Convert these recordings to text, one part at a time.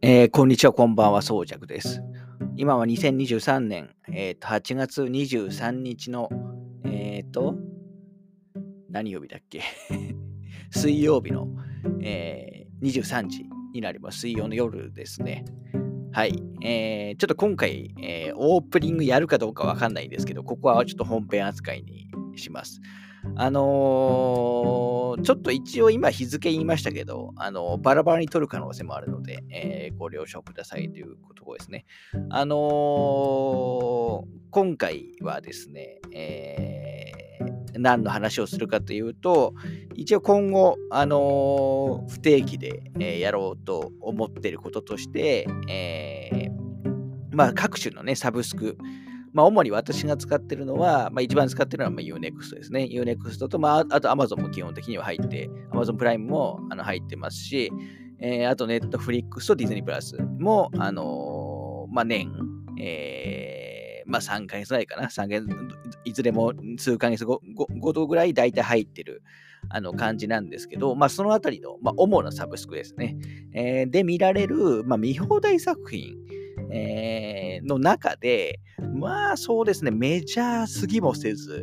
こんにちは、こんばんは、そうじゃくです。今は2023年、8月23日の、えーと、何曜日だっけ水曜日の、23時になります。水曜の夜ですね。はい。ちょっと今回、オープニングやるかどうかわかんないんですけど、ここはちょっと本編扱いにします。ちょっと一応今日付言いましたけど、バラバラに取る可能性もあるので、ご了承くださいというところですね。今回はですね、何の話をするかというと、一応今後、不定期で、やろうと思っていることとして、各種のね、サブスク、主に私が使ってるのは、一番使ってるのはUnext ですね。Unext と、あと Amazon も基本的には入って、Amazon プライムも入ってますし、あと Netflix と Disney プラスも、年、3ヶ月ぐらいかな。3ヶ月、いずれも数ヶ月ごとぐらい大体入ってる感じなんですけど、そのあたりの、主なサブスクですね。で見られる、見放題作品、の中で、そうですね、メジャーすぎもせず、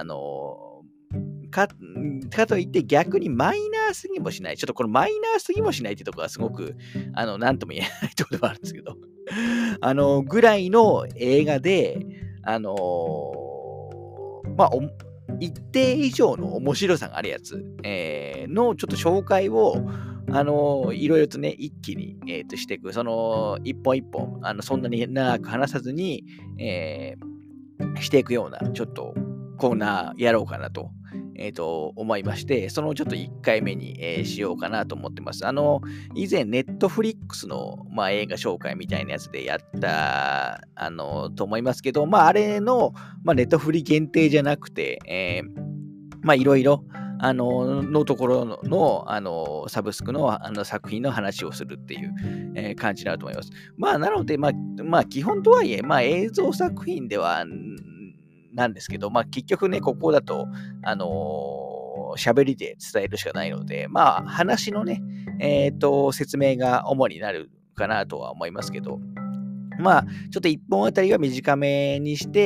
かといって逆にマイナーすぎもしない。ちょっとこのマイナーすぎもしないってところがすごく、なんとも言えないところではあるんですけど、ぐらいの映画で、一定以上の面白さがあるやつ、のちょっと紹介を、いろいろとね、一気に、していく。その、一本一本、そんなに長く話さずに、していくような、ちょっとコーナーやろうかなと、思いまして、そのちょっと1回目に、しようかなと思ってます。以前、ネットフリックスの、映画紹介みたいなやつでやった、と思いますけど、あれの、ネットフリ限定じゃなくて、いろいろ、のところの、サブスクの、作品の話をするっていう、感じになると思います。なので、基本とはいえ、映像作品ではなんですけど、結局ね、ここだと、喋りで伝えるしかないので、話のね、説明が主になるかなとは思いますけど、ちょっと1本あたりは短めにして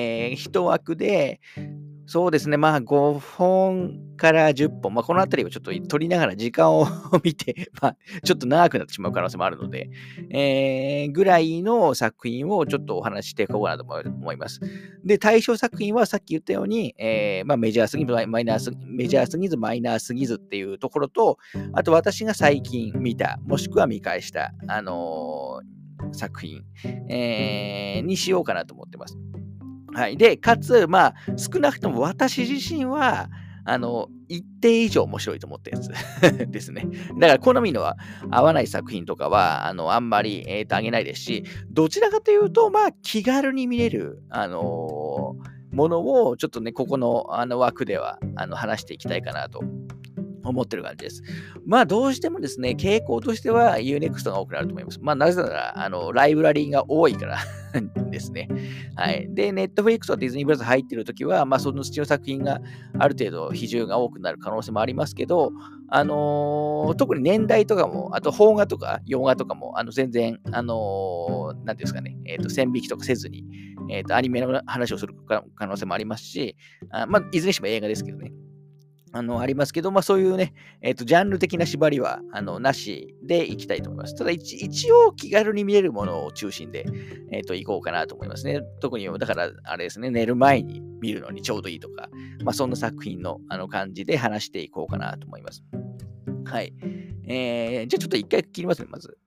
、1枠で、そうですね、5本から10本、このあたりをちょっと取りながら時間を見て、ちょっと長くなってしまう可能性もあるので、ぐらいの作品をちょっとお話ししていこうかなと思います。で、対象作品はさっき言ったように、メジャーすぎず、メジャーすぎず、マイナーすぎずっていうところと、あと私が最近見た、もしくは見返した、作品、にしようかなと思ってます。はい。で、かつ、少なくとも私自身は、一定以上面白いと思ったやつですね。だから好みの合わない作品とかは、あんまり、あげないですし、どちらかというと、気軽に見れる、ものを、ちょっとね、ここの、枠では、話していきたいかなと思ってる感じです。どうしてもですね、傾向としては Unext が多くなると思います。なぜなら、ライブラリーが多いからですね。はい。で、Netflix と Disney プラス入ってるときは、その土の作品がある程度比重が多くなる可能性もありますけど、特に年代とかも、あと邦画とか洋画とかも、全然、なんていうんですかね、線引きとかせずに、アニメの話をする可能性もありますし、いずれにしても映画ですけどね。ありますけど、そういうね、ジャンル的な縛りは、なしでいきたいと思います。ただ、一応気軽に見れるものを中心で、いこうかなと思いますね。特に、だから、あれですね、寝る前に見るのにちょうどいいとか、そんな作品の、感じで話していこうかなと思います。はい。じゃあちょっと一回切りますね、まず。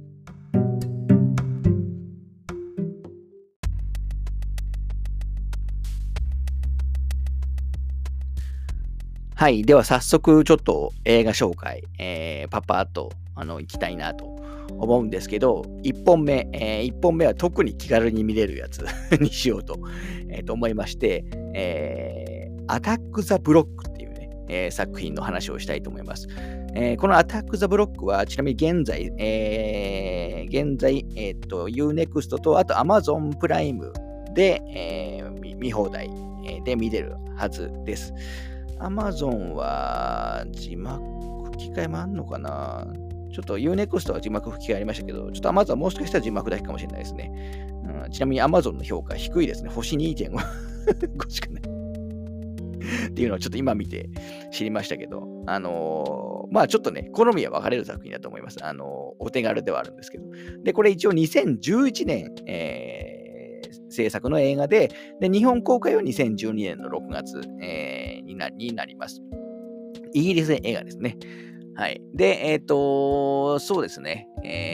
はい。では早速ちょっと映画紹介、パパッと行きたいなと思うんですけど、1本目、1本目は特に気軽に見れるやつにしようと、思いまして、アタック・ザ・ブロックっていうね、作品の話をしたいと思います。このアタック・ザ・ブロックはちなみに現在、Unext とあと Amazon プライムで、見放題で見れるはずです。Amazon は字幕吹き替えもあんのかな、 ちょっと Unext は字幕吹き替えありましたけど、ちょっと Amazon はもしかしたら字幕だけかもしれないですね。ちなみに Amazon の評価低いですね。星2.5 しかない。っていうのをちょっと今見て知りましたけど、まあちょっとね、好みは分かれる作品だと思います。お手軽ではあるんですけど。で、これ一応2011年、制作の映画で、日本公開は2012年の6月、になります。イギリス映画ですね。はい。で、そうですね。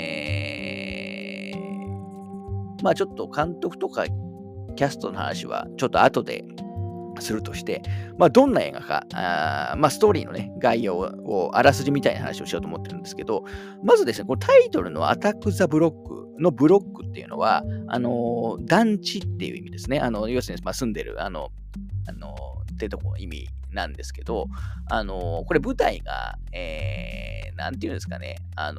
まあちょっと監督とかキャストの話はちょっと後でするとして、まあどんな映画か、まあストーリーのね、概要をあらすじみたいな話をしようと思ってるんですけど、まずですね、このタイトルのアタック・ザ・ブロックのブロックっていうのは、団地っていう意味ですね。要するに、まあ、住んでる、ってとこの意味なんですけど、これ舞台が、なんていうんですかね、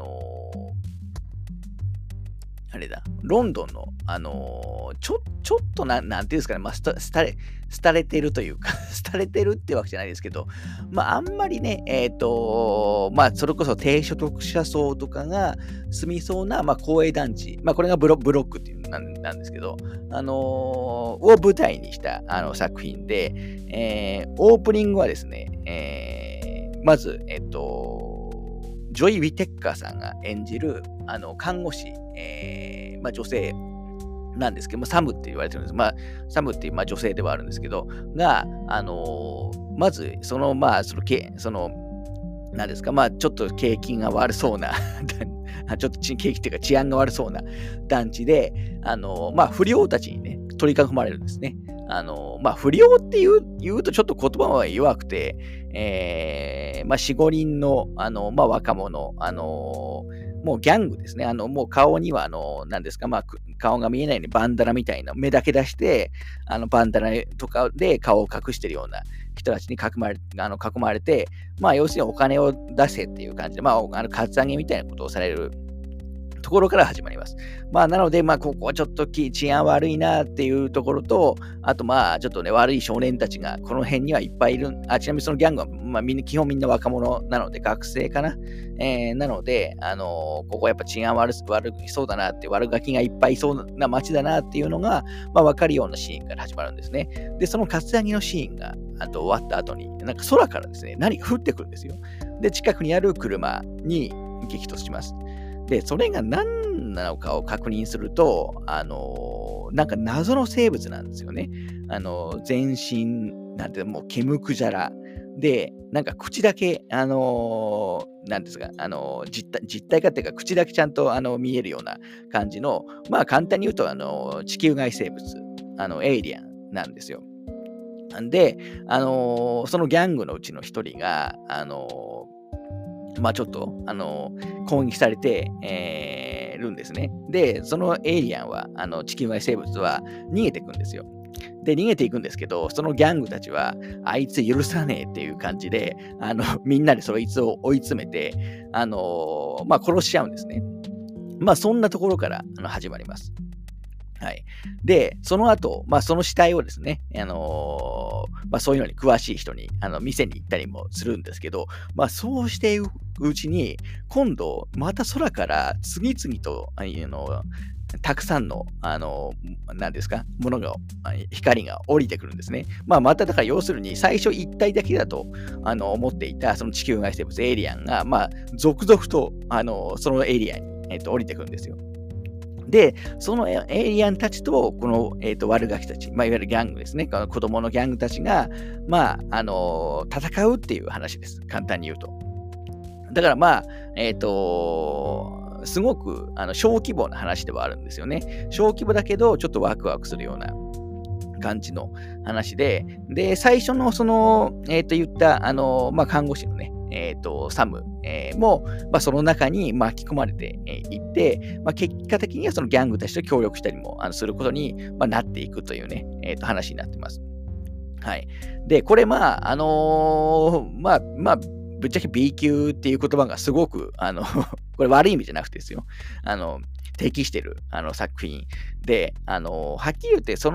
あれだ、ロンドンの、ちょっとなんていうんですかね、まあ、廃れてるというか、廃れてるってわけじゃないですけど、まあ、あんまりね、まあ、それこそ低所得者層とかが住みそうな、まあ、公営団地、まあ、これがブロックっていうなんですけど、を舞台にした作品で、オープニングはですね、まず、ジョイ・ウィテッカーさんが演じる看護師、まあ、女性なんですけども、サムって言われてるんです。まあ、サムっていう、まあ、女性ではあるんですけど、が、まず、なんですか、まあ、ちょっと景気が悪そうな、ちょっと景気っていうか治安が悪そうな団地で、まあ、不良たちにね、取り囲まれるんですね。まあ、不良って言うとちょっと言葉は弱くて、まあ、4、5人の、まあ、若者、もうギャングですね。もう顔には、何ですか、まあ、顔が見えないようにバンダナみたいな目だけ出して、バンダナとかで顔を隠してるような人たちに囲まれて、まあ、要するにお金を出せっていう感じで、まあ、カツアゲみたいなことをされるところから始まります。まあ、なので、まあ、ここはちょっと治安悪いなっていうところと、あと、まあ、ちょっとね、悪い少年たちがこの辺にはいっぱいいる。ちなみにそのギャングは、まあ、基本みんな若者なので、学生かな。なので、ここはやっぱ治安悪そうだなって、悪ガキがいっぱいいそうな街だなっていうのが、まあ、わかるようなシーンから始まるんですね。で、そのカツアゲのシーンが終わった後に、なんか空からですね、何か降ってくるんですよ。で、近くにある車に激突します。で、それが何なのかを確認すると、なんか謎の生物なんですよね。全身、なんてもう毛むくじゃら。で、なんか口だけ、なんですか、実体化っていうか、口だけちゃんと見えるような感じの、まあ簡単に言うと、地球外生物、エイリアンなんですよ。で、そのギャングのうちの一人が、まあちょっと、攻撃されて、るんですね。で、そのエイリアンは、地球外生物は逃げていくんですよ。で、逃げていくんですけど、そのギャングたちは、あいつ許さねえっていう感じで、みんなでそいつを追い詰めて、まあ殺しちゃうんですね。まあそんなところから始まります。はい。で、その後、まあ、その死体をですね、まあ、そういうのに詳しい人に、店に行ったりもするんですけど、まあ、そうしていくうちに、今度、また空から次々と、たくさんの、何ですか、光が降りてくるんですね。まあ、まただから要するに、最初一体だけだと、思っていた、その地球外生物、エイリアンが、まあ、続々と、そのエイリアンに、降りてくるんですよ。で、そのエイリアンたちと、この、悪ガキたち、まあ、いわゆるギャングですね、子供のギャングたちが、まあ、戦うっていう話です。簡単に言うと。だからまあ、すごく小規模な話ではあるんですよね。小規模だけど、ちょっとワクワクするような感じの話で、で、最初のその、言った、まあ、看護師のね、サム、も、まあ、その中に巻き込まれていって、まあ、結果的にはそのギャングたちと協力したりもすることに、まあ、なっていくというね、話になってます。はい。で、これまあ、まあ、ぶっちゃけ B 級っていう言葉がすごく、これ悪い意味じゃなくてですよ。 適してる作品で、はっきり言って、そ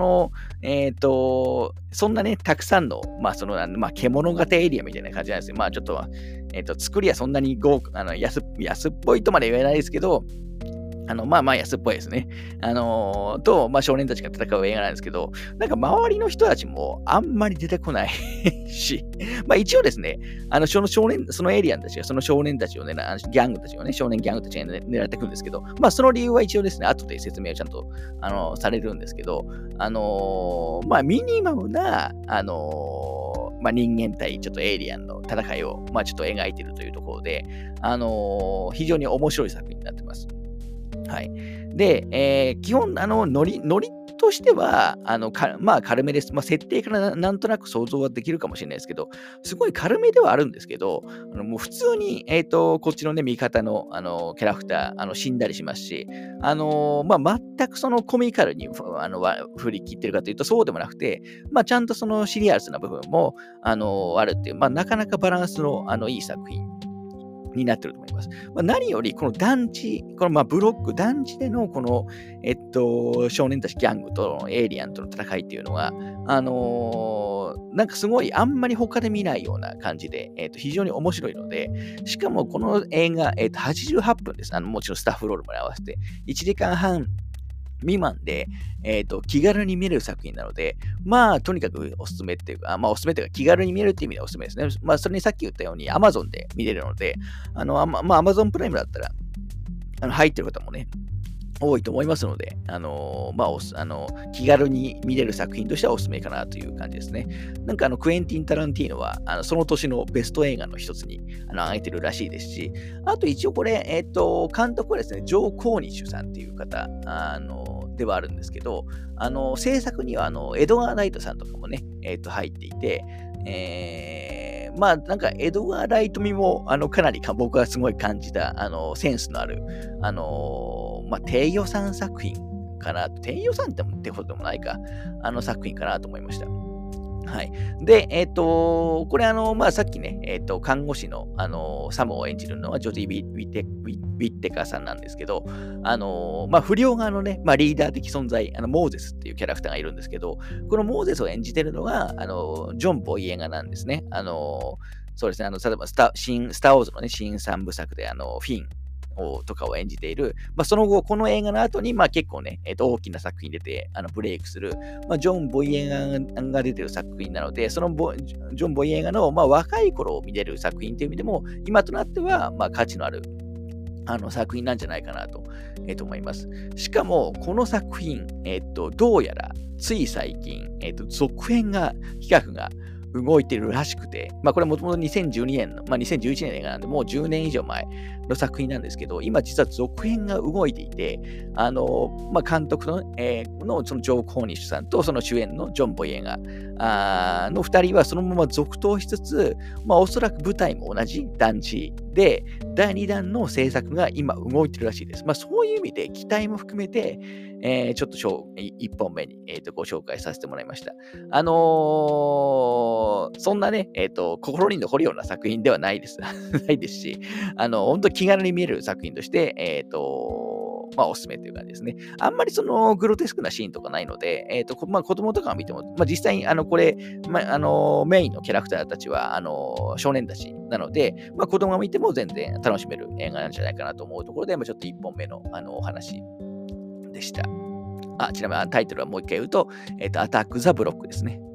んなね、たくさんの、獣型エリアみたいな感じなんですよ。ちょっと、作りはそんなに安っぽいとまで言えないですけど、安っぽいですね。少年たちが戦う映画なんですけど、なんか周りの人たちもあんまり出てこないし、一応ですね、そのエリアンたちがその少年たちをね、ギャングたちをね、少年ギャングたちが狙っていくんですけど、その理由は一応ですね、後で説明をちゃんと、されるんですけど、ミニマムな、人間対ちょっとエイリアンの戦いを、ちょっと描いているというところで、非常に面白い作品になってます。はい。で、基本、ノリとしては、軽めです。設定からなんとなく想像はできるかもしれないですけど、すごい軽めではあるんですけど、もう普通に、こっちのね、味方の、キャラクター、死んだりしますし、全くそのコミカルに、振り切ってるかというと、そうでもなくて、ちゃんとそのシリアスな部分も、あるっていう、なかなかバランスの、いい作品になってると思います。何より、この団地、このブロック、団地でのこの、少年たちギャングとエイリアンとの戦いっていうのは、なんかすごいあんまり他で見ないような感じで、非常に面白いので、しかもこの映画、88分です。もちろんスタッフロールも合わせて、1時間半未満で、気軽に見れる作品なので、とにかくおすすめっていうか、おすすめっていうか、気軽に見れるっていう意味でおすすめですね。それにさっき言ったように Amazon で見れるので、Amazon プライムだったら、入ってる方もね、多いと思いますので、気軽に見れる作品としてはおすすめかなという感じですね。なんかクエンティン・タランティーノは、その年のベスト映画の一つに挙げてるらしいですし、あと一応これ、監督はですね、ジョー・コーニッシュさんっていう方、ではあるんですけど、制作にはエドガー・ライトさんとかもね、入っていて、なんかエドガー・ライト味も、かなり僕はすごい感じた、センスのある、低予算作品かな。低予算ってことでもないか。作品かなと思いました。はい。で、これさっきね、看護師の、サムを演じるのはジョディ・ウィッテカーさんなんですけど、不良側のね、リーダー的存在、モーゼスっていうキャラクターがいるんですけど、このモーゼスを演じてるのが、ジョン・ボイエガなんですね。そうですね、例えばスター・ウォーズのね、新3部作で、フィン、とかを演じている、その後、この映画の後に、結構ね、大きな作品に出て、ブレイクする、ジョン・ボイエガが出てる作品なので、そのジョン・ボイエガの、若い頃を見れる作品という意味でも、今となっては、価値のある、作品なんじゃないかなと、思います。しかも、この作品、どうやら、つい最近、続編企画が動いてるらしくて、これもともと2012年の、2011年の映画なんで、もう10年以上前の作品なんですけど、今実は続編が動いていて、監督の、そのジョー・コーニッシュさんとその主演のジョン・ボイエガの2人はそのまま続投しつつ、おそらく舞台も同じ団地で、第2弾の制作が今動いてるらしいです。そういう意味で期待も含めて、ちょっと1本目に、ご紹介させてもらいました。そんなね、心に残るような作品ではないです。ないですし、本当気軽に見える作品として、おすすめという感じですね。あんまりそのグロテスクなシーンとかないので、子供とかが見ても、実際にこれ、メインのキャラクターたちは少年たちなので、子供が見ても全然楽しめる映画なんじゃないかなと思うところで、ちょっと1本目のお話でした。ちなみにタイトルはもう一回言うと、アタック・ザ・ブロックですね。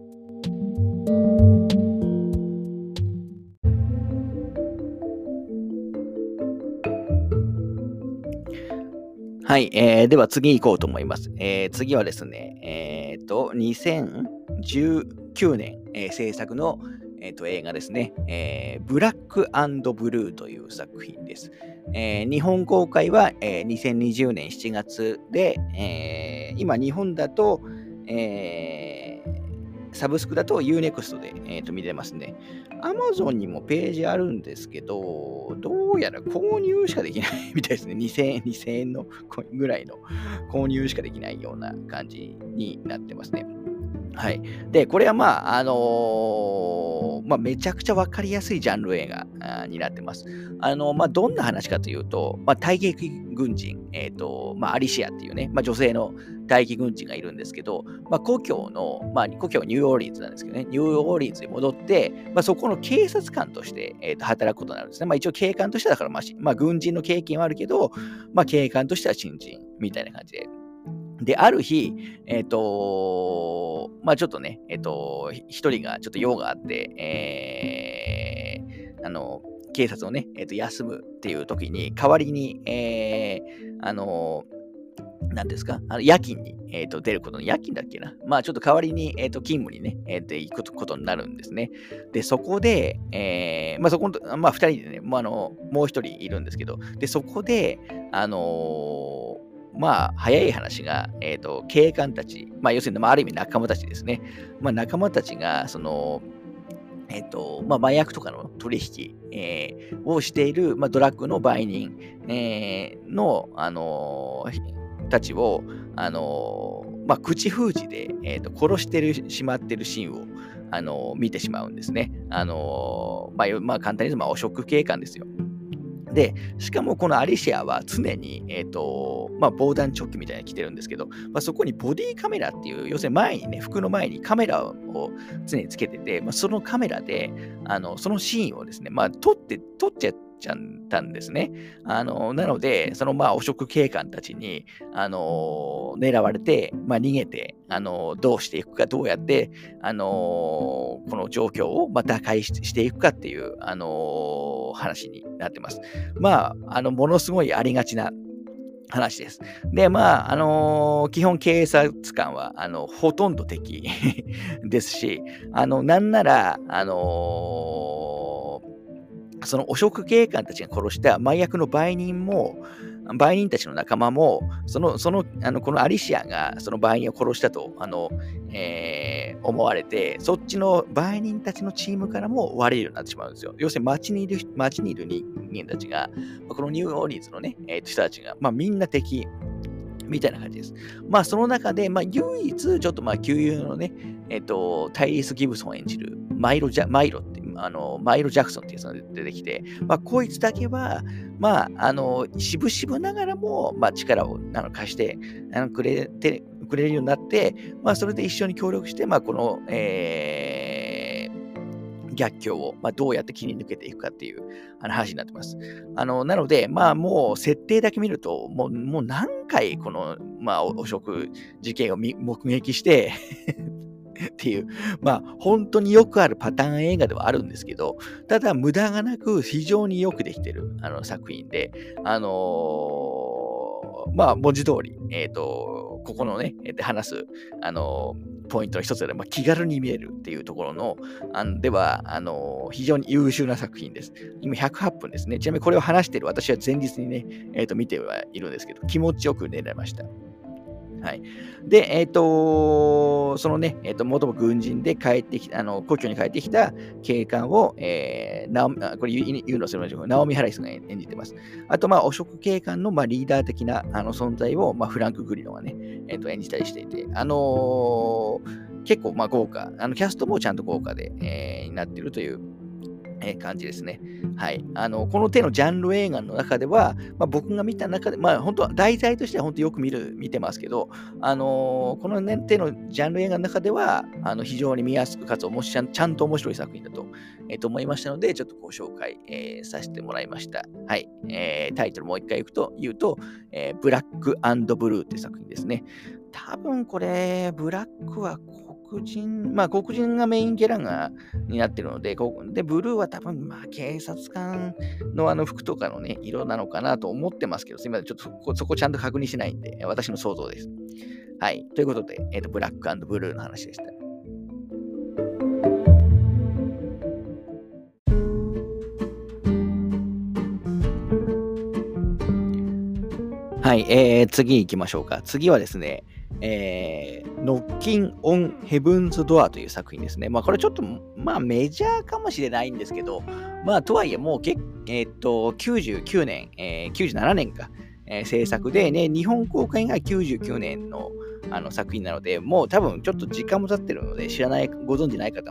はい、では次行こうと思います。次はですね、2019年、制作の、映画ですね、ブラック&ブルーという作品です。日本公開は、2020年7月で、今日本だと、サブスクだと Unext で、見れますね。Amazon にもページあるんですけど、どうやら購入しかできないみたいですね。2000円のぐらいの購入しかできないような感じになってますね。はい。で、これはめちゃくちゃわかりやすいジャンル映画になってます。どんな話かというと、退役軍人、アリシアっていうね、女性の退役軍人がいるんですけど、故郷ニューオーリンズなんですけどね、ニューオーリンズに戻って、そこの警察官として、働くことになるんですね。一応警官としてはだから軍人の経験はあるけど、警官としては新人みたいな感じで。で、ある日、ちょっとね、一人がちょっと用があって、警察をね、休むっていう時に、代わりに、なんですか、夜勤に、出ることに、夜勤だっけな。ちょっと代わりに、勤務にね、行くことになるんですね。で、そこで、そこの、二人でね、もう一人いるんですけど、で、そこで、早い話が、警官たち、要するに、ある意味仲間たちですね。仲間たちが、麻薬とかの取引、をしている、ドラッグの売人、の、たちを、口封じで、殺してしまってるシーンを、見てしまうんですね。簡単に言うと、汚職警官ですよ。で、しかもこのアリシアは常に、防弾チョッキみたいに着てるんですけど、そこにボディカメラっていう、要するに前にね、服の前にカメラを常につけてて、そのカメラで、そのシーンをですね、撮っちゃったんですね。なので、その汚職警官たちに、狙われて、逃げて、どうしていくか、どうやって、この状況を、打開していくかっていう、話になってます。ものすごいありがちな話です。で、基本警察官は、ほとんど敵ですし、なんなら、その汚職警官たちが殺した麻薬の売人たちの仲間も、このアリシアがその売人を殺したと、思われて、そっちの売人たちのチームからも割れるようになってしまうんですよ。要するに街にいる人間たちが、このニューオーリンズのね、人たちが、みんな敵、みたいな感じです。その中で、唯一、ちょっと旧友のね、タイリス・ギブソン演じるマイロ・ジャクソンっていうやつが出てきて、こいつだけは、渋々ながらも、力を貸してくれるようになって、それで一緒に協力して、この、逆境を、どうやって切り抜けていくかっていう話になってます。なので、もう設定だけ見ると、もう何回この、汚職事件を目撃してっていう、本当によくあるパターン映画ではあるんですけど、ただ無駄がなく非常によくできてる作品で、文字通り、ここのね、話す、ポイントの一つで、気軽に見えるっていうところの、では、非常に優秀な作品です。今108分ですね。ちなみにこれを話している私は前日にね、見てはいるんですけど、気持ちよく寝れました。はい。で、そのね、元も軍人で帰ってきた、故郷に帰ってきた警官を、これ言うのするまでナオミ・ハライスが演じてます。あと、汚職警官の、リーダー的な存在を、フランク・グリノがね、演じたりしていて、結構、豪華、キャストもちゃんと豪華で、になっているという、感じですね。はい。この手のジャンル映画の中では、僕が見た中で、本当は題材としては本当よく見てますけど、この、ね、手のジャンル映画の中では、非常に見やすく、かつちゃんと面白い作品だと、思いましたので、ちょっとご紹介、させてもらいました。はい。タイトルもう一回言うと、ブラック&ブルーって作品ですね。多分これ、ブラックは黒人がメインキャラになってるので、で、ブルーは多分、警察官の服とかのね、色なのかなと思ってますけど、すみません、ちょっとそこちゃんと確認しないんで、私の想像です。はい。ということで、ブラック&ブルーの話でした。はい、次行きましょうか。次はですね、Knocking on Heaven's Door という作品ですね。これちょっと、メジャーかもしれないんですけど、とはいえもう99年、97年か、制作で、ね、日本公開が99年の作品なので、もう多分ちょっと時間も経ってるので、ご存知ない方も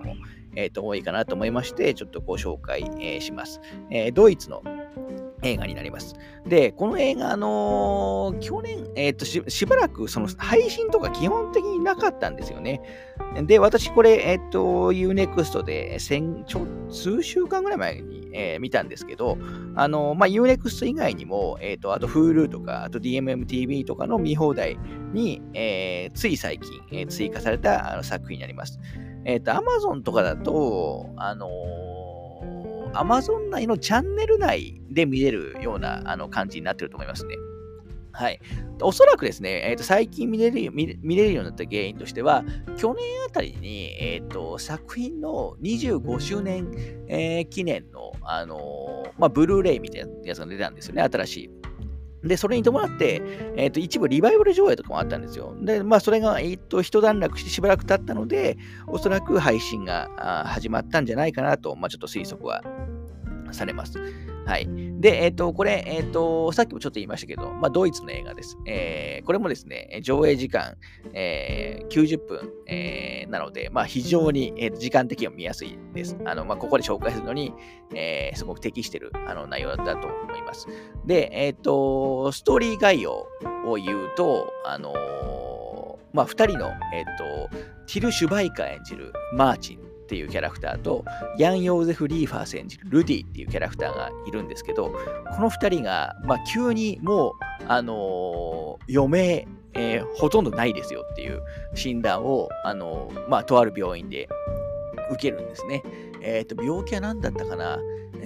多いかなと思いまして、ちょっとご紹介、します。ドイツの映画になります。で、この映画、去年、しばらくその配信とか基本的になかったんですよね。で、私これ、Unext で数週間ぐらい前に、見たんですけど、Unext 以外にも、あと Hulu とか、あと DMMTV とかの見放題に、つい最近、追加された作品になります。Amazon とかだと、Amazon 内のチャンネル内で見れるような感じになってると思いますね。はい。おそらくですね、最近見れるようになった原因としては、去年あたりに、作品の25周年、記念の、ブルーレイみたいなやつが出たんですよね、新しい。で、それに伴って、一部リバイバル上映とかもあったんですよ。で、それが、一段落してしばらく経ったので、おそらく配信が始まったんじゃないかなと、ちょっと推測はされます。はい。で、これ、さっきもちょっと言いましたけど、ドイツの映画です。これもですね、上映時間、90分、なので、非常に、時間的には見やすいです。ここで紹介するのに、すごく適している内容だと思います。で、ストーリー概要を言うと、二人の、ティル・シュバイカー演じるマーチンっていうキャラクターと、ヤン・ヨーゼフ・リーファース演じるルディっていうキャラクターがいるんですけど、この2人が、急にもう、余命、ほとんどないですよっていう診断を、とある病院で受けるんですね。病気は何だったかな。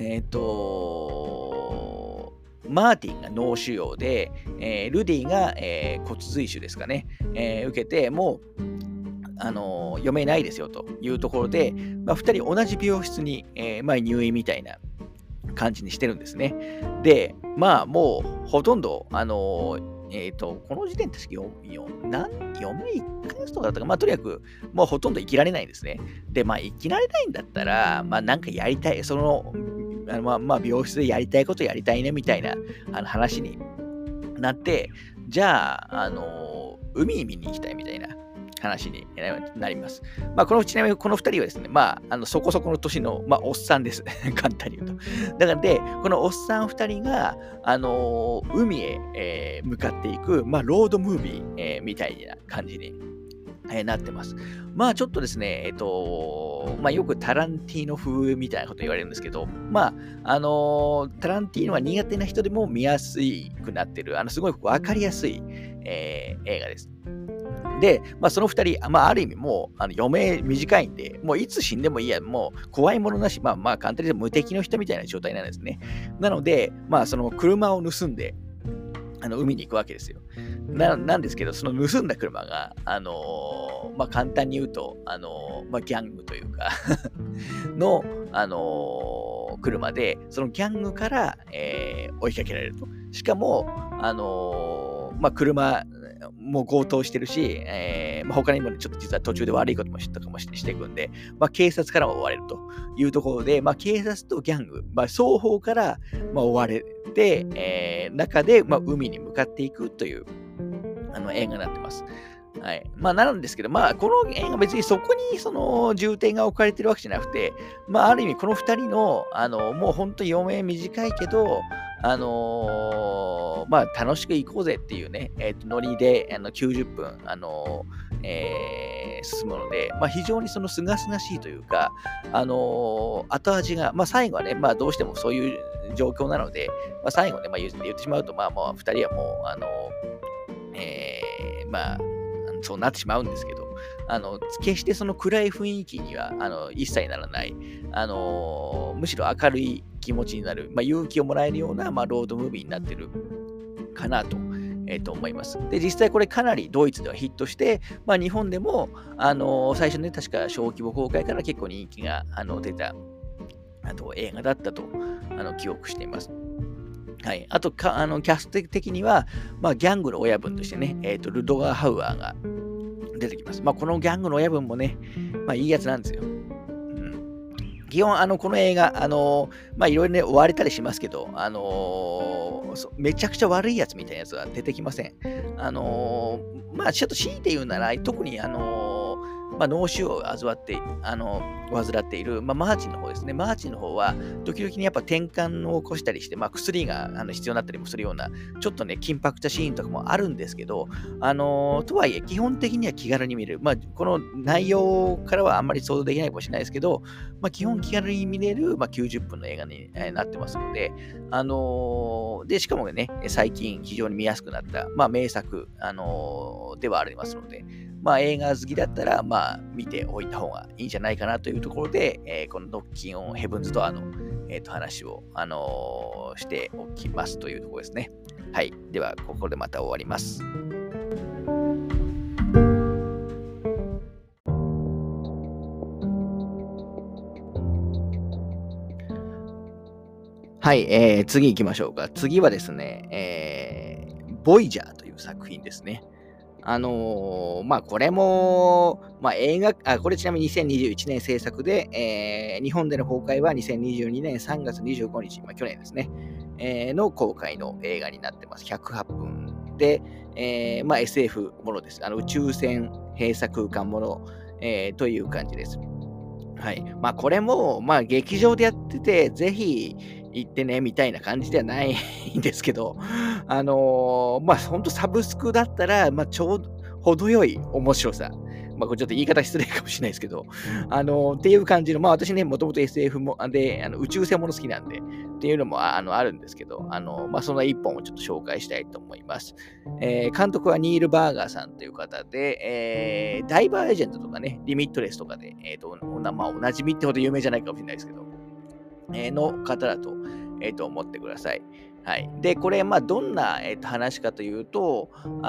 マーティンが脳腫瘍で、ルディが、骨髄腫ですかね、受けて、もう、余命ないですよというところで、2人同じ病室に、入院みたいな感じにしてるんですね。で、もうほとんど、この時点確か余命1ヶ月とかだったか、とにかくもうほとんど生きられないんですね。で、生きられないんだったら、なんかやりたい、病室でやりたいことやりたいねみたいな話になって、じゃあ、海に見に行きたいみたいな話になります。ちなみにこの2人はですね、そこそこの年の、おっさんです。簡単に言うと。だからで、このおっさん2人が、海へ、向かっていく、ロードムービー、みたいな感じになってます。ちょっとですね、よくタランティーノ風みたいなこと言われるんですけど、タランティーノは苦手な人でも見やすくなってる、すごいわかりやすい、映画です。で、その2人、ある意味もう余命短いんで、もういつ死んでもいいや、もう怖いものなし、簡単に言うと無敵の人みたいな状態なんですね。なので、その車を盗んで、海に行くわけですよ。なんですけど、その盗んだ車が、簡単に言うと、ギャングというかの、車で、そのギャングから、追いかけられると。しかも、車も強盗してるし、他にも、ね、ちょっと実は途中で悪いこともしていくんで、警察からも追われるというところで、警察とギャング、双方から、追われて、中で、海に向かっていくという映画になってます。はい。なんですけど、この映画別にそこにその重点が置かれてるわけじゃなくて、ある意味この2人の、もう本当に余命短いけど、楽しく行こうぜっていうね、ノリで90分、進むので、非常にその清々しいというか、後味が、最後はね、どうしてもそういう状況なので、最後ね、言ってしまうと、2人はもう、そうなってしまうんですけど、決してその暗い雰囲気には一切ならない、むしろ明るい気持ちになる、勇気をもらえるような、ロードムービーになってるかなと、思います。で、実際これかなりドイツではヒットして、日本でも、最初ね、確か小規模公開から結構人気が出た映画だったと記憶しています。はい、あとキャスト的には、ギャングの親分としてね、ルドガー・ハウアーが出てきます。このギャングの親分もね、いいやつなんですよ。基本、この映画、いろいろね、追われたりしますけど、めちゃくちゃ悪いやつみたいなやつは出てきません。ちょっと強いて言うなら、特に脳腫瘍を患っている、マーチンの方ですね。マーチンの方は、時々にやっぱ転換を起こしたりして、薬が必要になったりもするような、ちょっとね、緊迫したシーンとかもあるんですけど、とはいえ、基本的には気軽に見れる。この内容からはあんまり想像できないかもしれないですけど、基本気軽に見れる、90分の映画になってますので、で、しかもね、最近非常に見やすくなった、名作、ではありますので、映画好きだったら、見ておいた方がいいんじゃないかなというところで、このノッキンオンヘブンズドアの、話を、しておきますというところですね。はい。では、ここでまた終わります。はい、次行きましょうか。次はですね、ボイジャーという作品ですね。これも、これちなみに2021年制作で、日本での公開は2022年3月25日、去年ですね、の公開の映画になってます。108分で、SF ものです。宇宙船閉鎖空間もの、という感じです。はい。これも、劇場でやってて、ぜひ行ってね、みたいな感じではないんですけど、ほんとサブスクだったら、ちょうど程よい面白さ。これちょっと言い方失礼かもしれないですけど、っていう感じの、私ね、もともと SF もで、宇宙船もの好きなんで、っていうのもあるんですけど、その一本をちょっと紹介したいと思います。監督はニール・バーガーさんという方で、ダイバーエージェントとかね、リミットレスとかで、おなじみってほど有名じゃないかもしれないですけど、の方だと、思ってください。はい。で、これ、どんな、話かというと、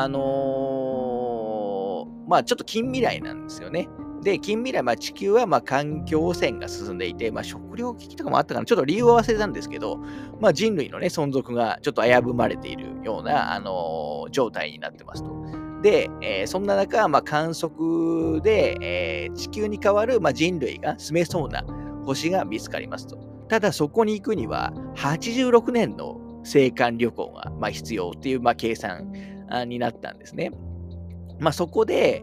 ちょっと近未来なんですよね。で、近未来、地球は環境汚染が進んでいて、食糧危機とかもあったかな、ちょっと理由は忘れたんですけど、人類のね、存続がちょっと危ぶまれているような、状態になってますと。で、そんな中、観測で、地球に代わる、人類が住めそうな星が見つかりますと。ただそこに行くには、86年の青函旅行が必要っていう計算になったんですね。そこで、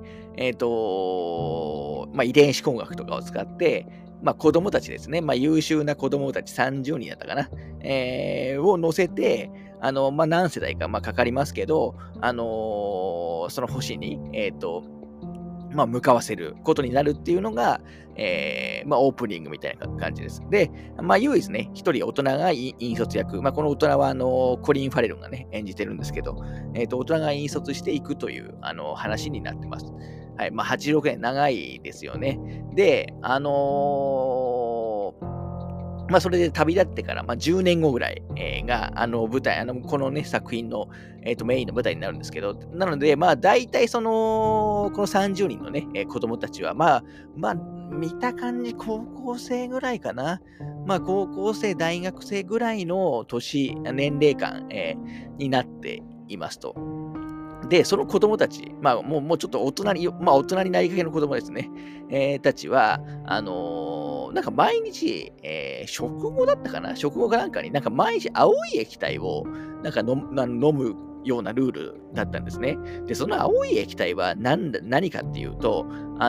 遺伝子工学とかを使って、子供たちですね、優秀な子供たち30人だったかな、を乗せて、何世代か、かかりますけど、その星に、向かわせることになるっていうのが、オープニングみたいな感じです。で、唯一ね、一人大人が引率役、この大人はコリン・ファレルがね、演じてるんですけど、大人が引率していくという話になってます。はい、86年長いですよね。で、それで旅立ってから、10年後ぐらい、が、舞台、このね、作品の、メインの舞台になるんですけど、なので、大体この30人のね、子供たちは、見た感じ、高校生ぐらいかな。高校生、大学生ぐらいの年齢間、になっていますと。で、その子供たち、もうちょっと大人になりかけの子供ですね。たちは、なんか毎日、食後だったかな、食後かなんかに、なんか毎日青い液体を、なんか飲むようなルールだったんですね。で、その青い液体は何かっていうと、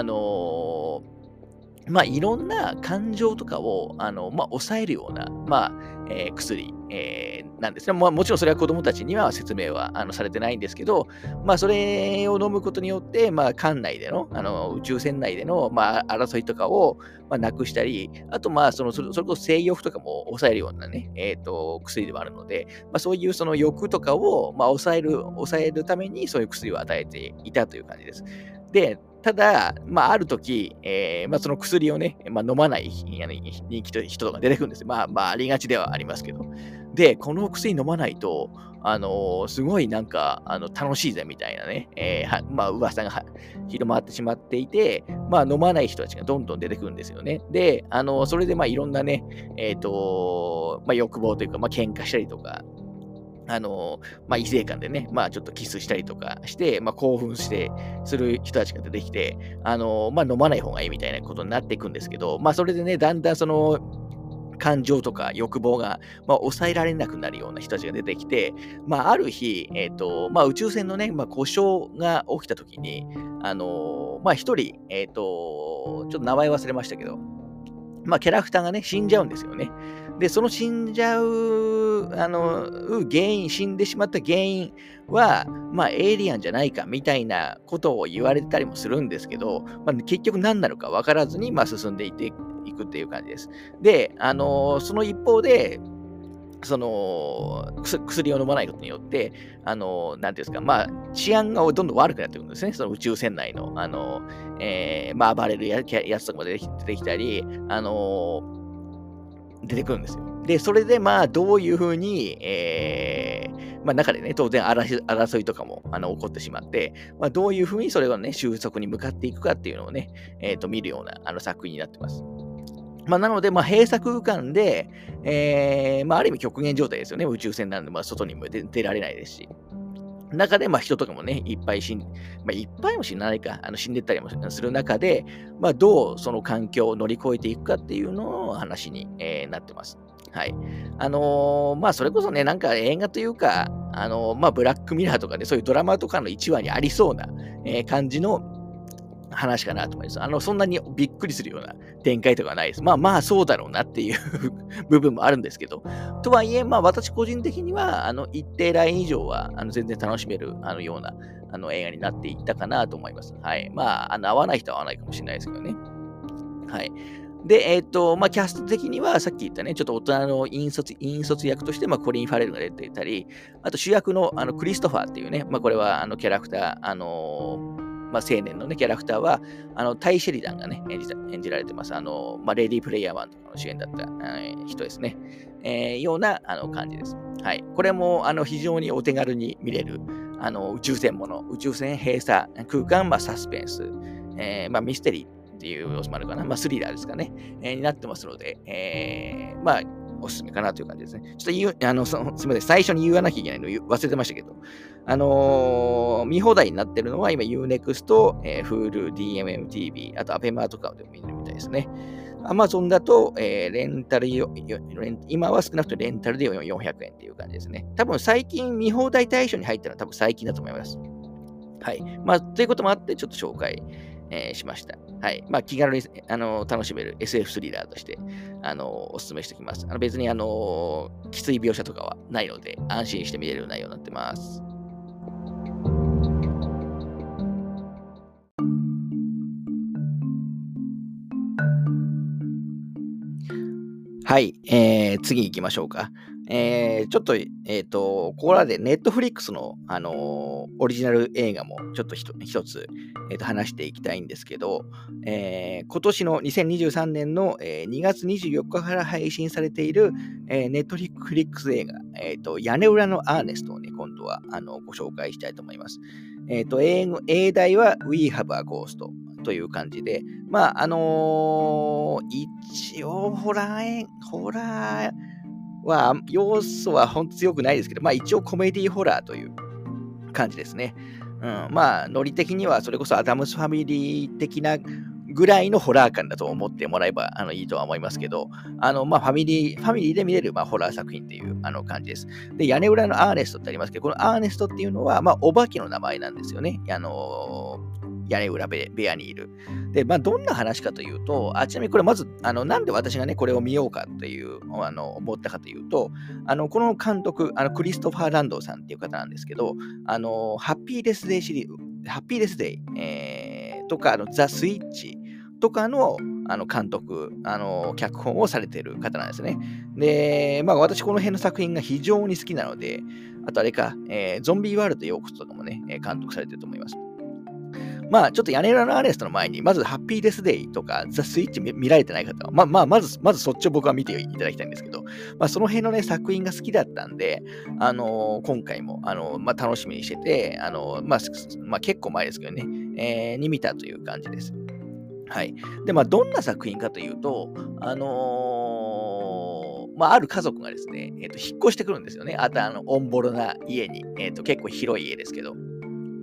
いろんな感情とかを、抑えるような、薬、なんですね。もちろんそれは子供たちには説明はされてないんですけど、それを飲むことによって、艦内での、宇宙船内での、争いとかを、なくしたり、あと、それこそ性欲とかも抑えるようなね、薬ではあるので、そういうその欲とかを、抑えるためにそういう薬を与えていたという感じです。で、ただ、ある時、その薬をね、飲まない人とか出てくるんですよ。ありがちではありますけど。で、この薬飲まないと、すごいなんか、楽しいぜみたいなね、噂が広まってしまっていて、飲まない人たちがどんどん出てくるんですよね。で、それでいろんなね、欲望というか、喧嘩したりとか、異性間でね、ちょっとキスしたりとかして、興奮する人たちが出てきて、飲まない方がいいみたいなことになっていくんですけど、それでね、だんだん感情とか欲望が、抑えられなくなるような人たちが出てきて、ある日、宇宙船のね、故障が起きた時に、一人、ちょっと名前忘れましたけど、キャラクターがね、死んじゃうんですよね。で、その死んじゃう、死んでしまった原因は、エイリアンじゃないかみたいなことを言われたりもするんですけど、結局何なのか分からずに、進んでいくっていう感じです。で、その一方で、薬を飲まないことによって、なんていうんですか、治安がどんどん悪くなってくるんですね。その宇宙船内の、暴れるやつとかも出てきたり、出てくるんですよ。で、それでどういうふうに、中でね、当然争いとかも起こってしまって、どういうふうにそれがね、収束に向かっていくかっていうのをね、見るような作品になってます。なので、閉鎖空間で、ある意味極限状態ですよね。宇宙船なんで、外にも出られないですし。中で、人とかもね、いっぱいいっぱいも死なないか、死んでったりもする中で、どうその環境を乗り越えていくかっていうのの話に、なってます。はい。それこそね、なんか映画というか、ブラックミラーとかで、そういうドラマとかの1話にありそうな、感じの話かなと思います。そんなにびっくりするような展開とかはないです。そうだろうなっていう部分もあるんですけど。とはいえ、私個人的には、一定ライン以上は、全然楽しめる、ような、映画になっていったかなと思います。はい。合わない人は合わないかもしれないですけどね。はい。で、キャスト的には、さっき言ったね、ちょっと大人の引率役として、コリン・ファレルが出ていたり、あと主役の、クリストファーっていうね、これは、キャラクター、青年のね、キャラクターは、タイ・シェリダンがね、演じられてます。レディープレイヤー1とかの主演だった、人ですね。ような、感じです。はい。これも、非常にお手軽に見れる、宇宙船もの、宇宙船閉鎖空間、サスペンス、ミステリーっていう要素もあるかな。スリラーですかね。になってますので、おすすめかなという感じですね。ちょっとすみません。最初に言わなきゃいけないの忘れてましたけど、見放題になってるのは今 Unext、Hulu、DMMTV、あと ABEMA とかでも見れるみたいですね。Amazon だと、今は少なくともレンタルで400円っていう感じですね。多分最近見放題対象に入ったのは多分最近だと思います。はい。ということもあって、ちょっと紹介、しました。はい。気軽に楽しめる SF スリラーとして、お勧めしておきます。別に、きつい描写とかはないので、安心して見れる内容になってます。はい、次行きましょうか。ちょっと、ここらでネットフリックスの、オリジナル映画もちょっと一つ、話していきたいんですけど、今年の2023年の、2月24日から配信されている、ネットフリックス映画、屋根裏のアーネストをね、今度はご紹介したいと思います。英題は We Have a Ghost という感じで、一応ホラーは、要素はほんと強くないですけど、一応コメディホラーという感じですね。ノリ的にはそれこそアダムスファミリー的なぐらいのホラー感だと思ってもらえばいいとは思いますけど、ファミリーで見れる、ホラー作品っていう感じです。で、屋根裏のアーネストってありますけど、このアーネストっていうのは、お化けの名前なんですよね。屋根裏部屋にいる。で、どんな話かというと、ちなみにこれまず、なんで私がね、これを見ようかっていう、思ったかというと、この監督、クリストファー・ランドーさんっていう方なんですけど、ハッピーデスデイシリーズ、ハッピーデスデイ、とか、ザ・スイッチとかの、監督、脚本をされている方なんですね。で、私この辺の作品が非常に好きなので、あとあれか、ゾンビワールド・ヨークスとかもね、監督されてると思います。ちょっと屋根裏のアーネストの前に、まずハッピーデスデイとか、ザ・スイッチ見られてない方は、まずそっちを僕は見ていただきたいんですけど、その辺のね、作品が好きだったんで、今回も、楽しみにしてて、結構前ですけどね、に見たという感じです。はい。で、どんな作品かというと、ある家族がですね、引っ越してくるんですよね。オンボロな家に。結構広い家ですけど。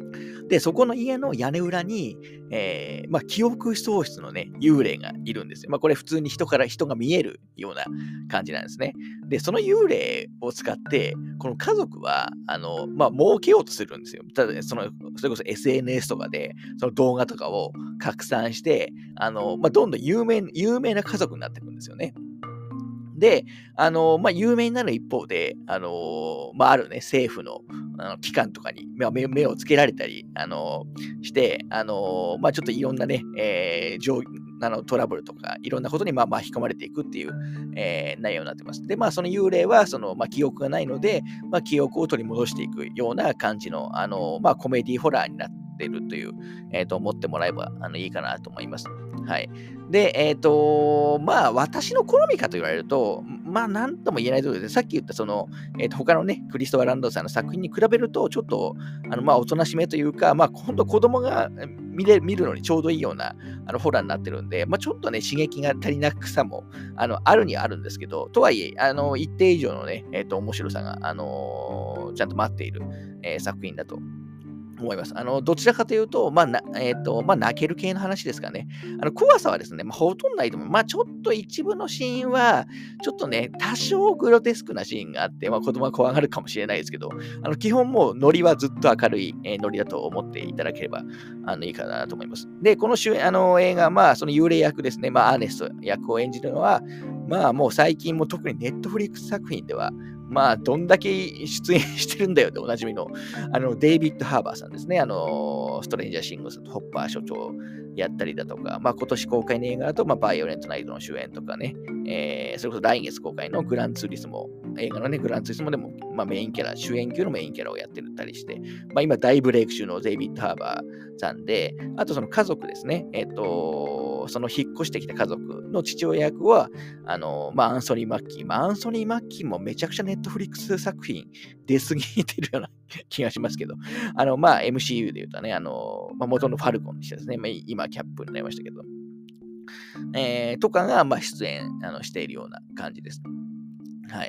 で、そこの家の屋根裏に、記憶喪失のね、幽霊がいるんですよ。これ普通に人が見えるような感じなんですね。で、その幽霊を使って、この家族は、儲けようとするんですよ。ただね、それこそ SNS とかで、その動画とかを拡散して、どんどん有名な家族になっていくんですよね。で、有名になる一方で、あるね、政府の、機関とかに目をつけられたり、して、ちょっといろんなね、トラブルとか、いろんなことに、巻き込まれていくっていう、内容になってます。で、その幽霊は、記憶がないので、記憶を取り戻していくような感じの、コメディホラーになっているという、思ってもらえば、いいかなと思います。はい。で、私の好みかと言われると、なんとも言えないところで、さっき言った他のね、クリストファー・ランドさんの作品に比べると、ちょっと、おとなしめというか、本当子供が見るのにちょうどいいような、ホラーになってるんで、ちょっとね、刺激が足りなくさも、あるにはあるんですけど、とはいえ、一定以上のね、面白さが、ちゃんと待っている、作品だと思います。どちらかというと、泣ける系の話ですかね。怖さはですね、ほとんどないと思う。ちょっと一部のシーンは、ちょっとね、多少グロテスクなシーンがあって、子供は怖がるかもしれないですけど、基本もうノリはずっと明るい、ノリだと思っていただければ、いいかなと思います。で、この映画、その幽霊役ですね、アーネスト役を演じるのは、もう最近も特にネットフリックス作品では、どんだけ出演してるんだよっておなじみの、デイビッド・ハーバーさんですね。ストレンジャー・シングスとホッパー所長やったりだとか、今年公開の映画だと、バイオレント・ナイトの主演とかね、それこそ来月公開のグランツーリスモ、映画のね、グランツーリスモでも、メインキャラ、主演級のメインキャラをやってたりして、今大ブレイク中のデイビッド・ハーバーさんで、あとその家族ですね、その引っ越してきた家族の父親役は、アンソニー・マッキー。アンソニー・マッキーもめちゃくちゃネットフリックス作品出過ぎてるような気がしますけど、MCU で言うとね、元のファルコンにしてですね、今キャップになりましたけど、とかが、出演しているような感じです。はい。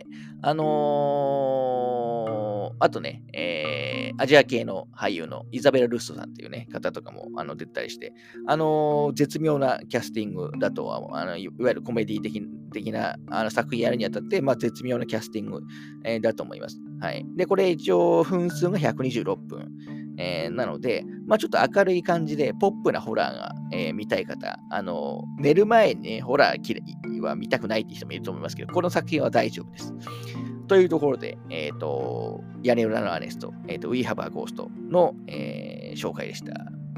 あとね、アジア系の俳優のイザベラ・ルッソさんっていうね、方とかも出てたりして、絶妙なキャスティングだとは、いわゆるコメディ的な作品やるにあたって、絶妙なキャスティング、だと思います。はい。で、これ一応分数が126分。なので、ちょっと明るい感じで、ポップなホラーが、見たい方、寝る前にね、ホラーは見たくないって人もいると思いますけど、この作品は大丈夫です。というところで、屋根裏のアーネスト、We Have a Ghost の、紹介でした。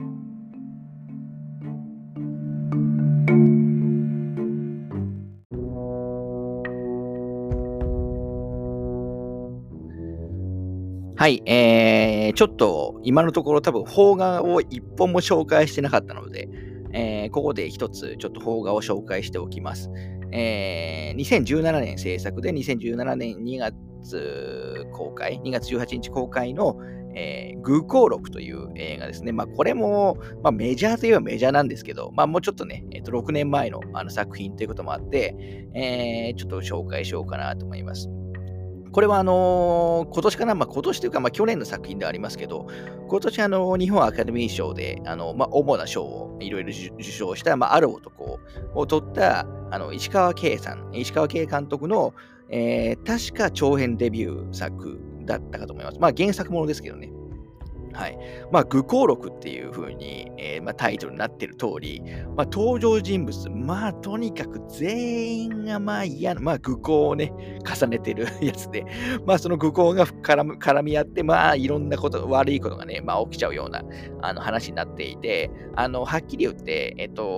はい、ちょっと今のところ多分邦画を一本も紹介してなかったので、ここで一つちょっと邦画を紹介しておきます。2017年制作で2017年2月公開、2月18日公開の、愚行録という映画ですね。これも、メジャーといえばメジャーなんですけど、もうちょっとね、6年前の作品ということもあって、ちょっと紹介しようかなと思います。これは今年かな、今年というか、去年の作品ではありますけど、今年日本アカデミー賞で、主な賞をいろいろ受賞した、ある男を取った、石川圭監督の、確か長編デビュー作だったかと思います。原作ものですけどね。はい。愚行録っていう風に、タイトルになってる通り、登場人物、とにかく全員が嫌な、愚行をね、重ねてるやつで、その愚行が絡み合って、いろんなこと、悪いことがね、起きちゃうような、話になっていて、はっきり言って、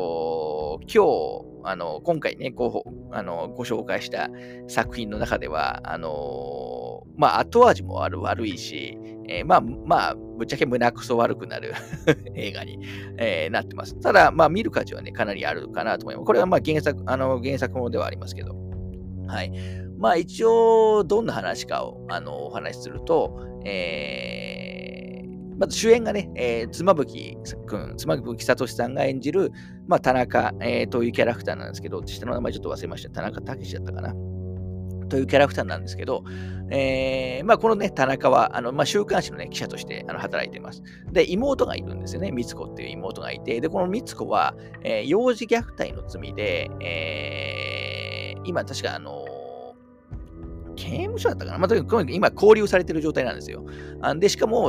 今回ね、ご紹介した作品の中では、後味も悪いし、ぶっちゃけ胸くそ悪くなる映画に、なってます。ただ、見る価値はね、かなりあるかなと思います。これは原作ものではありますけど。はい。一応、どんな話かを、お話しすると、まず主演がね、妻夫木聡さんが演じる、田中、というキャラクターなんですけど、下の名前ちょっと忘れました。田中武だったかな。とというキャラクターなんですけど、まあ、このね、田中は、まあ、週刊誌のね、記者として働いています。で、妹がいるんですよね。みつこっていう妹がいて、で、このみつこは、幼児虐待の罪で、今確か刑務所だったかな、まあ、とにかく今、拘留されている状態なんですよ。で、しかも、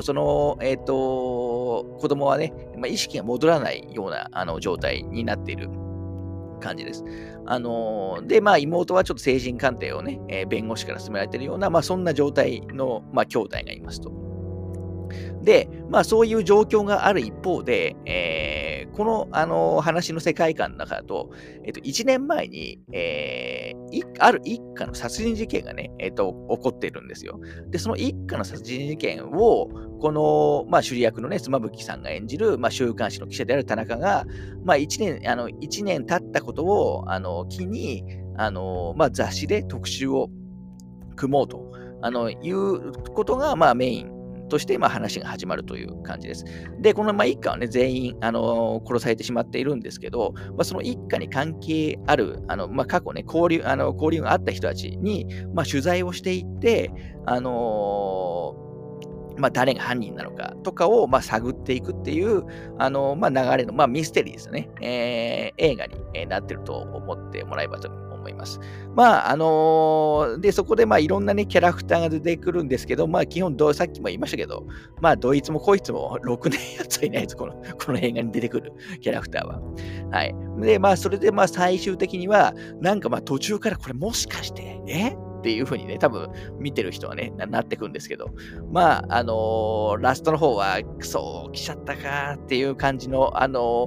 子供はね、まあ、意識が戻らないような状態になっている感じです。で、まあ、妹はちょっと精神鑑定をね、弁護士から勧められているような、まあ、そんな状態の、まあ、兄弟がいますと。で、まあ、そういう状況がある一方で、この、話の世界観の中だと、1年前に、ある一家の殺人事件がね、起こっているんですよ。で、その一家の殺人事件を、この、まあ、主役のね、妻夫木さんが演じる、まあ、週刊誌の記者である田中が、まあ、1年経ったことを、機に、まあ、雑誌で特集を組もうと、いうことが、まあ、メインとして、まあ、話が始まるという感じです。で、この、まあ、一家はね、全員、殺されてしまっているんですけど、まあ、その一家に関係ある、まあ、過去ね、交流があった人たちに、まあ、取材をしていって、あのまあ、誰が犯人なのかとかを、まあ、探っていくっていう、まあ、流れの、まあ、ミステリーですね。映画になってると思ってもらえばと思います。まあ、で、そこで、まあ、いろんなね、キャラクターが出てくるんですけど、まあ、基本さっきも言いましたけど、まあ、どいつもこいつもろくねやつはいないです。この映画に出てくるキャラクターは。はい。で、まあ、それで、まあ、最終的には、なんか、まあ、途中からこれもしかして、っていう風にね、多分見てる人はね、なってくんですけど、まあ、ラストの方は、くそ、来ちゃったかっていう感じの、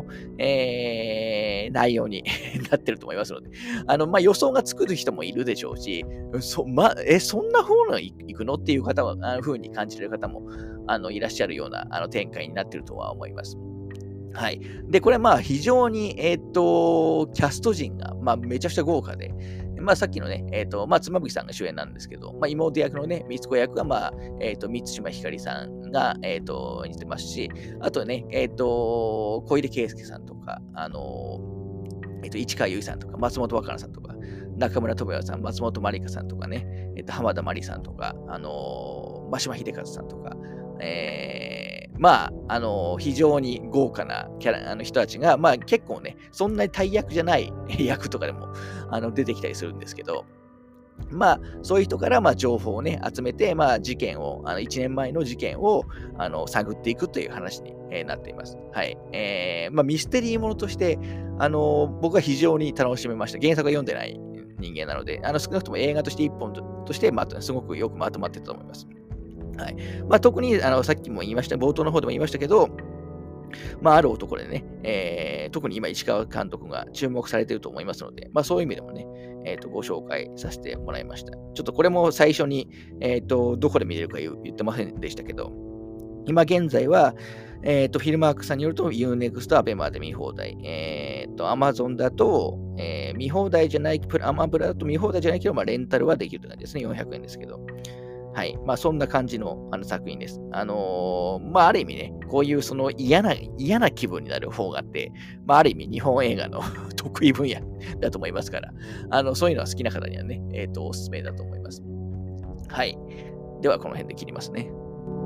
内容になってると思いますので、まあ、予想がつく人もいるでしょうし、そんな方の行くのっていう方は、風に感じてる方も、いらっしゃるような、展開になってるとは思います。はい。で、これまあ非常に、キャスト陣が、まあめちゃくちゃ豪華で、まあさっきのね、まあ妻夫木さんが主演なんですけど、まあ妹役のね、三つ子役はまあ、満島ひかりさんが、演じてますし、あとね、小出圭介さんとか、市川由衣さんとか、松本若菜さんとか、中村倫也さん、松本まりかさんとかね、浜田真理さんとか、真島秀和さんとか、まあ、非常に豪華な人たちが、まあ結構ね、そんなに大役じゃない役とかでも、出てきたりするんですけど、まあ、そういう人から、まあ、情報をね、集めて、まあ、1年前の事件を、探っていくという話に、なっています。はい。まあ、ミステリーものとして、僕は非常に楽しめました。原作は読んでない人間なので、少なくとも映画として一本として、まあ、すごくよくまとまってたと思います。はい。まあ、特に、さっきも言いました、冒頭の方でも言いましたけど、まあ、ある男でね、特に今、石川監督が注目されていると思いますので、まあ、そういう意味でもね、ご紹介させてもらいました。ちょっとこれも最初に、どこで見れるか言ってませんでしたけど、今現在は、フィルマークさんによると Unext、アベマで見放題。Amazon だと、見放題じゃない、アマプラだと見放題じゃないけど、まあ、レンタルはできるという感じですね。400円ですけど。はい。まあ、そんな感じの作品です。まあ、ある意味ね、こういうその嫌な気分になる方があって、まあ、ある意味日本映画の得意分野だと思いますから、そういうのは好きな方にはね、おすすめだと思います。はい。では、この辺で切りますね。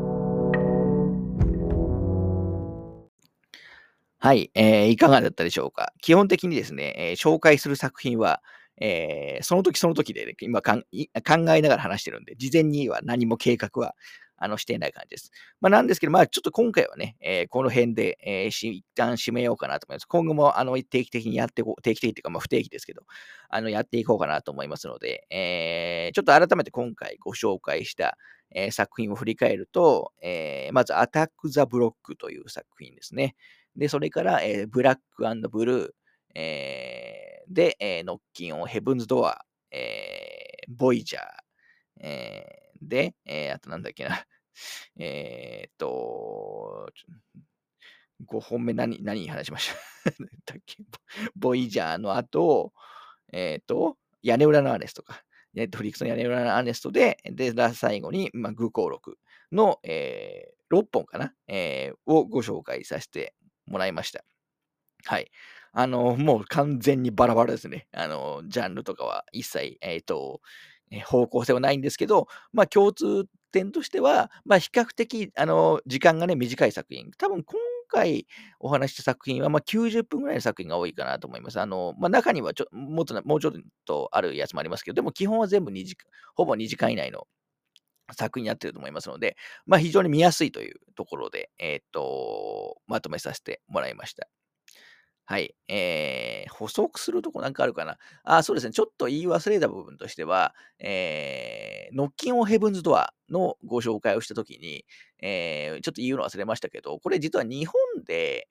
はい、いかがだったでしょうか。基本的にですね、紹介する作品は、その時その時でね、今考えながら話してるんで、事前には何も計画は、していない感じです。まあ、なんですけど、まあ、ちょっと今回はね、この辺で、一旦締めようかなと思います。今後も、定期的に定期的っていうか、まあ、不定期ですけど、やっていこうかなと思いますので、ちょっと改めて今回ご紹介した、作品を振り返ると、まず、アタック・ザ・ブロックという作品ですね。で、それから、ブラックブルー、で、ノッキンオンヘブンズドア、ボイジャー、で、あとなんだっけな、えーっと、5本目何話しましただっけボイジャーの後、屋根裏のアーネストか。ネットフリックスの屋根裏のアーネストで、最後に、まあ、愚行録の、6本かな、をご紹介させてもらいました。はい。もう完全にバラバラですね。ジャンルとかは一切、 方向性はないんですけど、共通点としては、比較的、時間がね、短い作品。多分今回お話しした作品は、90分ぐらいの作品が多いかなと思います。中にはもうちょっとあるやつもありますけど、でも基本は全部2時間、ほぼ2時間以内の作品になっていると思いますので、非常に見やすいというところで、まとめさせてもらいました。はい。補足するとこなんかあるかな。そうですね。ちょっと言い忘れた部分としては、ノッキンオンヘブンズドアのご紹介をしたときに、ちょっと言うの忘れましたけど、これ実は日本で、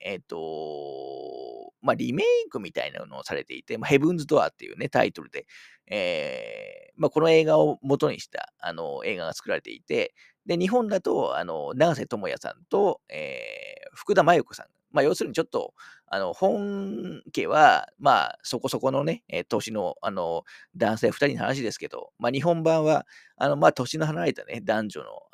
リメイクみたいなのをされていて、ヘブンズドアっていうね、タイトルで、この映画を元にした、映画が作られていて、で、日本だと、永瀬智也さんと、福田真由子さん。要するにちょっと、本家は、そこそこのね、年の、男性2人の話ですけど、日本版は、年の離れたね、男女の、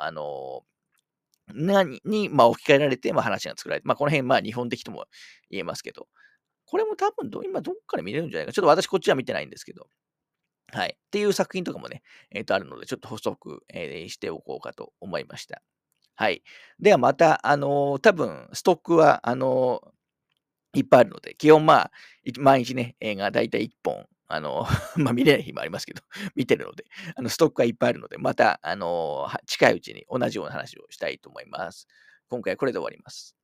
置き換えられて、話が作られて、この辺、日本的とも言えますけど、これも多分今どっかで見れるんじゃないか。ちょっと私こっちは見てないんですけど、はい。っていう作品とかもね、あるので、ちょっと補足、しておこうかと思いました。はい。ではまた、多分ストックは、いっぱいあるので、基本毎日ね、映画だいたい1本、見れない日もありますけど、見てるので、ストックはいっぱいあるので、また、近いうちに同じような話をしたいと思います。今回はこれで終わります。